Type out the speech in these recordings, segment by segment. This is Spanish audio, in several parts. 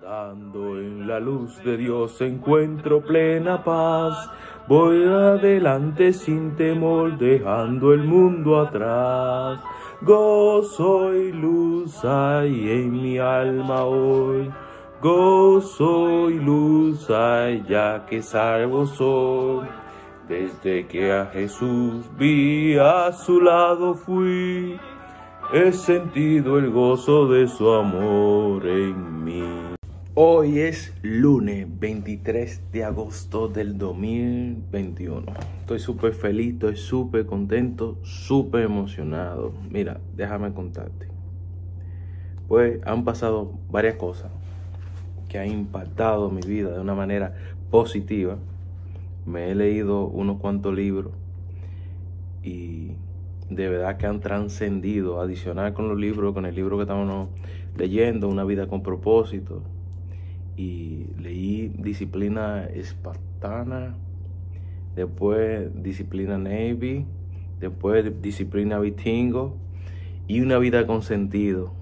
Andando en la luz de Dios encuentro plena paz. Voy adelante sin temor, dejando el mundo atrás. Gozo y luz hay en mi alma hoy. Gozo y luz hay ya que salvo soy. Desde que a Jesús vi, a su lado fui. He sentido el gozo de su amor en mí. Hoy es lunes 23 de agosto del 2021. Estoy súper feliz, estoy súper contento, súper emocionado. Mira, déjame contarte. Pues han pasado varias cosas que han impactado mi vida de una manera positiva. Me he leído unos cuantos libros y de verdad que han trascendido. Adicional con los libros, con el libro que estamos leyendo, Una vida con propósito. Y leí Disciplina Espartana, después Disciplina Navy, después Disciplina Vikingo y Una vida con sentido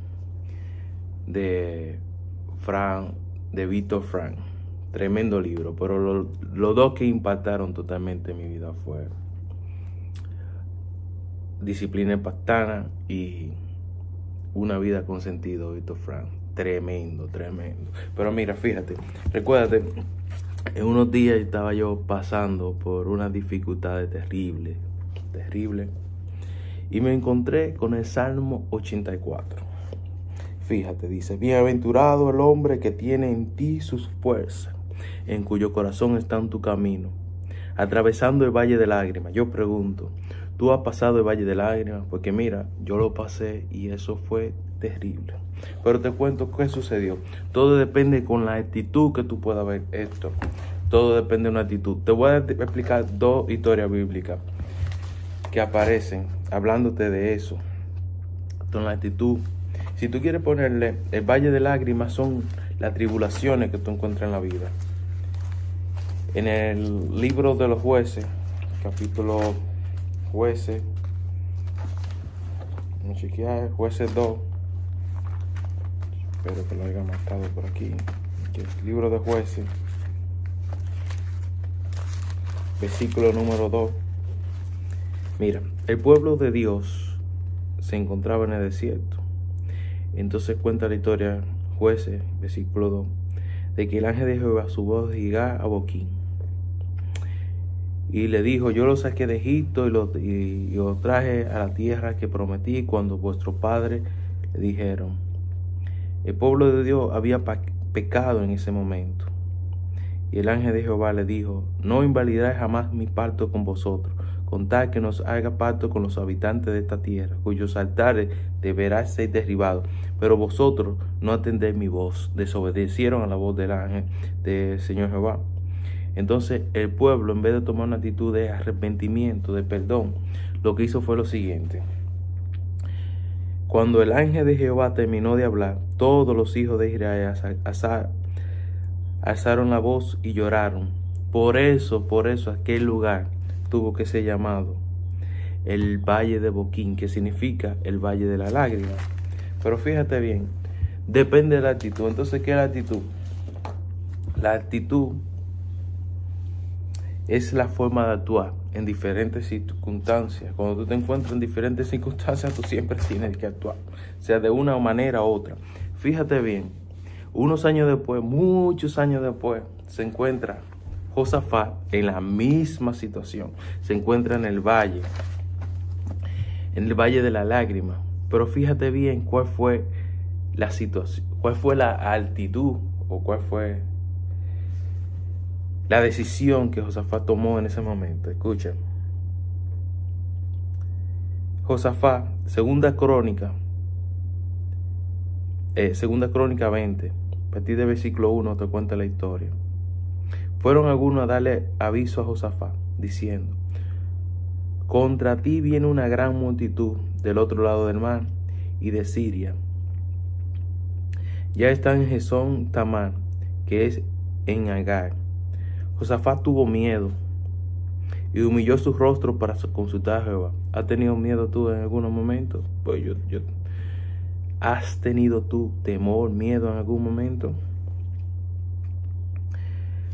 de Viktor Frankl. Tremendo libro, pero los dos que impactaron totalmente mi vida fue Disciplina Espartana y Una vida con sentido, Viktor Frankl. Tremendo. Pero mira, fíjate, recuérdate, en unos días estaba yo pasando por unas dificultades terribles, y me encontré con el Salmo 84. Fíjate, dice: bienaventurado el hombre que tiene en ti sus fuerzas, en cuyo corazón está en tu camino, atravesando el valle de lágrimas. Yo pregunto, ¿tú has pasado el valle de lágrimas? Porque mira, yo lo pasé y eso fue terrible. Pero te cuento qué sucedió. Todo depende con la actitud que tú puedas ver esto. Todo depende de una actitud. Te voy a explicar dos historias bíblicas que aparecen hablándote de eso. Con la actitud. Si tú quieres ponerle, el valle de lágrimas son las tribulaciones que tú encuentras en la vida. En el libro de los jueces, capítulo Jueces, vamos a chequear, Jueces 2. Espero que lo haya marcado por aquí. El libro de Jueces, versículo número 2. Mira, el pueblo de Dios se encontraba en el desierto. Entonces cuenta la historia, Jueces, versículo 2, de que el ángel de Jehová subió de Gilgal a Boquín. Y le dijo: yo los saqué de Egipto y los traje a la tierra que prometí cuando vuestros padres le dijeron. El pueblo de Dios había pecado en ese momento. Y el ángel de Jehová le dijo: no invalidaré jamás mi pacto con vosotros, con tal que nos haga pacto con los habitantes de esta tierra, cuyos altares deberán ser derribados. Pero vosotros no atendéis mi voz. Desobedecieron a la voz del ángel del Señor Jehová. Entonces el pueblo, en vez de tomar una actitud de arrepentimiento, de perdón, lo que hizo fue lo siguiente. Cuando el ángel de Jehová terminó de hablar, todos los hijos de Israel alzaron la voz y lloraron. Por eso aquel lugar tuvo que ser llamado el Valle de Boquín, que significa el Valle de la Lágrima. Pero fíjate bien, depende de la actitud. Entonces, ¿qué es la actitud? La actitud es la forma de actuar en diferentes circunstancias. Cuando tú te encuentras en diferentes circunstancias, tú siempre tienes que actuar, sea de una manera u otra. Fíjate bien, unos años después, muchos años después, se encuentra Josafat en la misma situación. Se encuentra en el valle de la lágrima. Pero fíjate bien cuál fue la situación, cuál fue la actitud o cuál fue la decisión que Josafat tomó en ese momento. Escucha. Josafat, segunda crónica 20, a partir del versículo 1 te cuenta la historia. Fueron algunos a darle aviso a Josafat, diciendo: contra ti viene una gran multitud del otro lado del mar y de Siria. Ya está en Jesón Tamar, que es en Agar. Josafat tuvo miedo y humilló su rostro para consultar a Jehová. ¿Has tenido miedo tú en algún momento? Pues ¿has tenido tú temor, miedo en algún momento?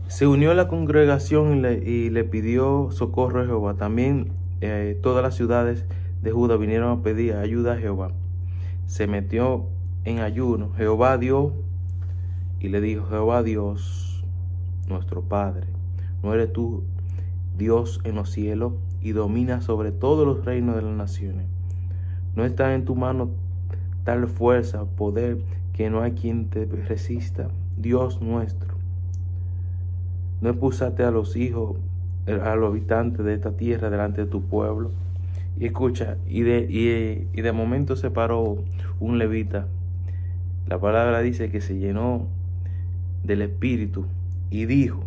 Se unió a la congregación y le pidió socorro a Jehová. También todas las ciudades de Judá vinieron a pedir ayuda a Jehová. Se metió en ayuno. Jehová dio y le dijo: Jehová Dios, nuestro Padre, ¿no eres tú Dios en los cielos y dominas sobre todos los reinos de las naciones? ¿No está en tu mano tal fuerza, poder, que no hay quien te resista? Dios nuestro, ¿no expulsaste a los habitantes de esta tierra delante de tu pueblo? Y escucha, y de momento se paró un levita. La palabra dice que se llenó del Espíritu y dijo: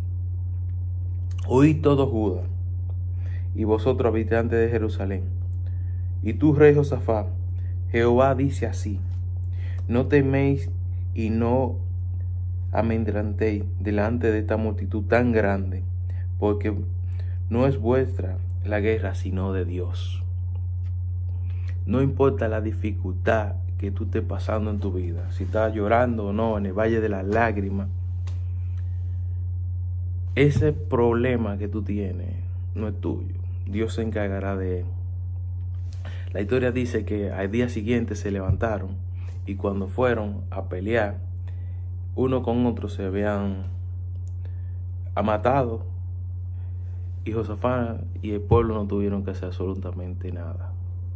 oíd todo Judá y vosotros habitantes de Jerusalén, y tú, rey Josafat, Jehová dice así: no teméis y no amedrentéis delante de esta multitud tan grande, porque no es vuestra la guerra, sino de Dios. No importa la dificultad que tú estés pasando en tu vida, si estás llorando o no, en el valle de las lágrimas, ese problema que tú tienes no es tuyo. Dios se encargará de él. La historia dice que al día siguiente se levantaron y cuando fueron a pelear, uno con otro se habían matado, y Josafat y el pueblo no tuvieron que hacer absolutamente nada.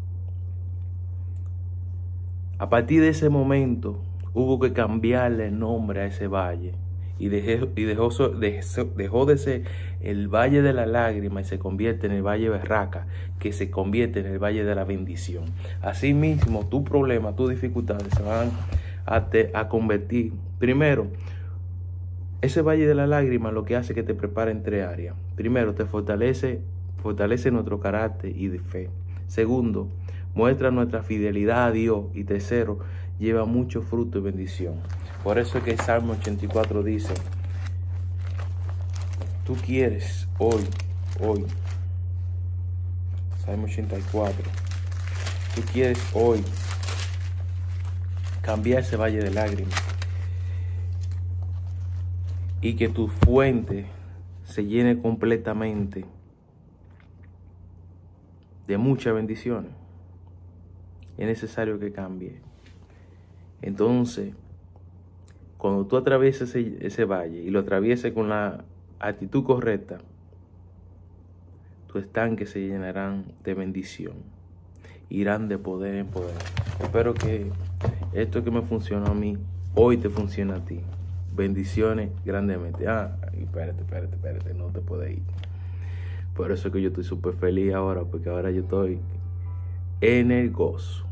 A partir de ese momento hubo que cambiarle el nombre a ese valle y dejó de ser el valle de la lágrima y se convierte en el valle berraca, que se convierte en el valle de la bendición. Asimismo, tu problema, tus dificultades se van a convertir. Primero, ese valle de la lágrima lo que hace que te prepare en 3 áreas. Primero, te fortalece nuestro carácter y de fe. Segundo, muestra nuestra fidelidad a Dios. Y tercero, lleva mucho fruto y bendición. Por eso es que el Salmo 84 dice: tú quieres hoy, Salmo 84, tú quieres hoy cambiar ese valle de lágrimas y que tu fuente se llene completamente de muchas bendiciones. Es necesario que cambie. Entonces, cuando tú atravieses ese valle y lo atravieses con la actitud correcta, tus estanques se llenarán de bendición, irán de poder en poder. Espero que esto que me funcionó a mí, hoy te funcione a ti. Bendiciones grandemente. Espérate, no te puedes ir. Por eso es que yo estoy súper feliz ahora, porque ahora yo estoy en el gozo,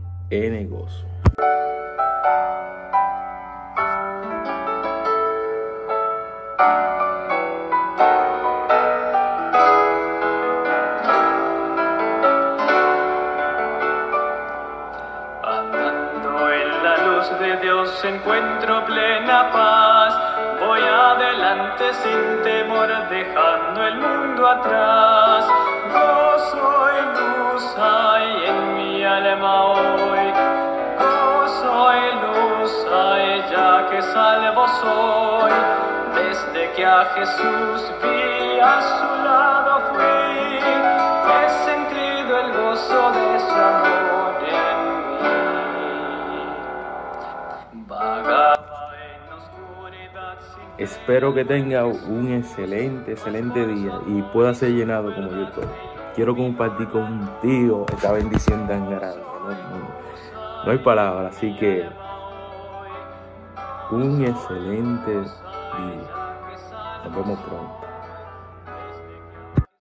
Andando en la luz de Dios encuentro plena paz. Voy adelante sin temor, dejando el mundo atrás. Gozo y luz hay en mi alma hoy. Gozo y luz hay ya que salvo soy. Desde que a Jesús vi, a su lado fui. He sentido el gozo de su amor en mí. Vagaba en oscuridad sin... Espero que tenga un excelente día y pueda ser llenado como yo estoy. Quiero compartir contigo esta bendición tan grande. No hay palabras, así que un excelente día. Nos vemos pronto.